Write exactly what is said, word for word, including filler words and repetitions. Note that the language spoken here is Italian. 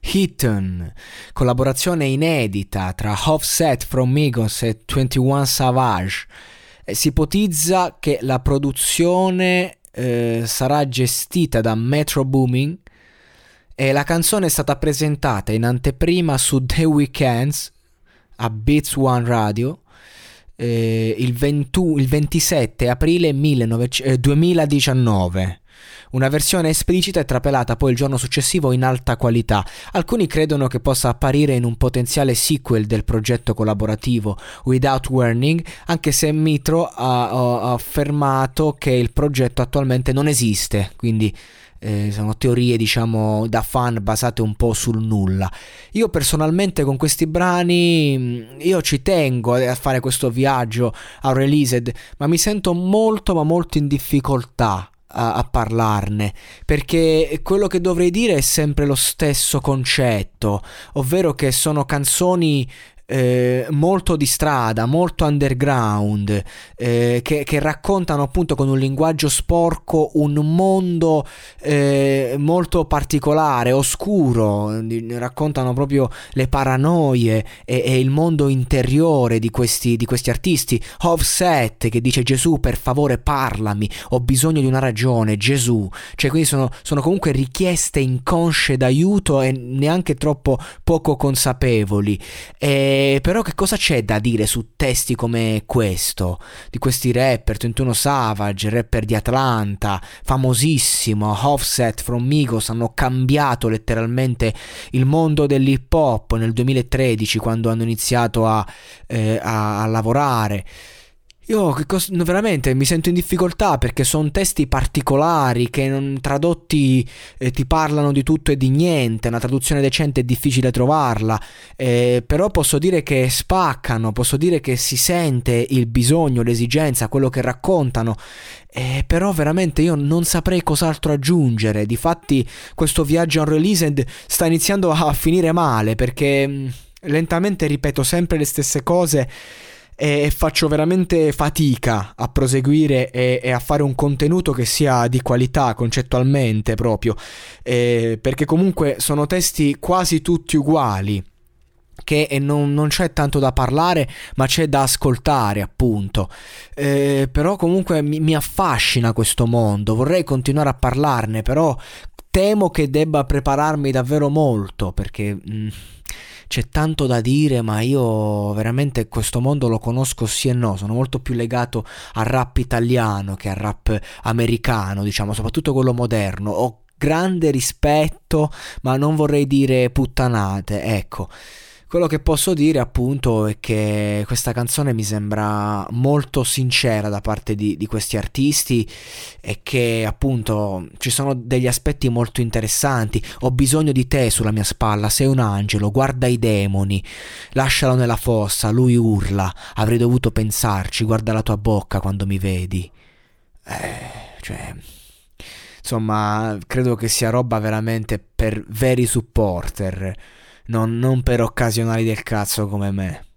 Hitton, collaborazione inedita tra Offset from Migos e ventuno Savage. Eh, si ipotizza che la produzione eh, sarà gestita da Metro Boomin e la canzone è stata presentata in anteprima su The Weeknd's a Beats One Radio eh, il, ventuno, il ventisette aprile millenovecento, eh, duemiladiciannove. Una versione esplicita è trapelata poi il giorno successivo in alta qualità. Alcuni credono che possa apparire in un potenziale sequel del progetto collaborativo Without Warning, anche se Metro ha, ha affermato che il progetto attualmente non esiste, quindi Eh, sono teorie diciamo da fan basate un po' sul nulla. Io personalmente con questi brani io ci tengo a fare questo viaggio a Released, ma mi sento molto ma molto in difficoltà a, a parlarne, perché quello che dovrei dire è sempre lo stesso concetto, ovvero che sono canzoni Eh, molto di strada, molto underground, eh, che, che raccontano appunto con un linguaggio sporco un mondo eh, molto particolare, oscuro, raccontano proprio le paranoie e, e il mondo interiore di questi, di questi artisti. Offset che dice: Gesù, per favore parlami, ho bisogno di una ragione, Gesù. Cioè, quindi sono, sono comunque richieste inconsce d'aiuto e neanche troppo poco consapevoli. E però che cosa c'è da dire su testi come questo, di questi rapper? ventuno Savage, rapper di Atlanta, famosissimo, Offset from Migos, hanno cambiato letteralmente il mondo dell'hip hop nel duemilatredici, quando hanno iniziato a, eh, a, a lavorare. Io che cos- no, veramente mi sento in difficoltà, perché sono testi particolari che non tradotti eh, ti parlano di tutto e di niente. Una traduzione decente è difficile trovarla, eh, però posso dire che spaccano, posso dire che si sente il bisogno, l'esigenza, quello che raccontano. Eh, però veramente io non saprei cos'altro aggiungere. Difatti questo viaggio unreleased sta iniziando a finire male, perché mh, lentamente ripeto sempre le stesse cose e faccio veramente fatica a proseguire e, e a fare un contenuto che sia di qualità concettualmente proprio, eh, perché comunque sono testi quasi tutti uguali, che non, non c'è tanto da parlare ma c'è da ascoltare appunto, eh, però comunque mi, mi affascina questo mondo, vorrei continuare a parlarne, però temo che debba prepararmi davvero molto, perché mh, c'è tanto da dire, ma io veramente questo mondo lo conosco sì e no, sono molto più legato al rap italiano che al rap americano, diciamo, soprattutto quello moderno. Ho grande rispetto, ma non vorrei dire puttanate, ecco. Quello che posso dire appunto è che questa canzone mi sembra molto sincera da parte di, di questi artisti, e che appunto ci sono degli aspetti molto interessanti. Ho bisogno di te sulla mia spalla, sei un angelo, guarda i demoni, lascialo nella fossa, lui urla, avrei dovuto pensarci, guarda la tua bocca quando mi vedi. Eh, cioè... Insomma, credo che sia roba veramente per veri supporter, non, non per occasionali del cazzo come me.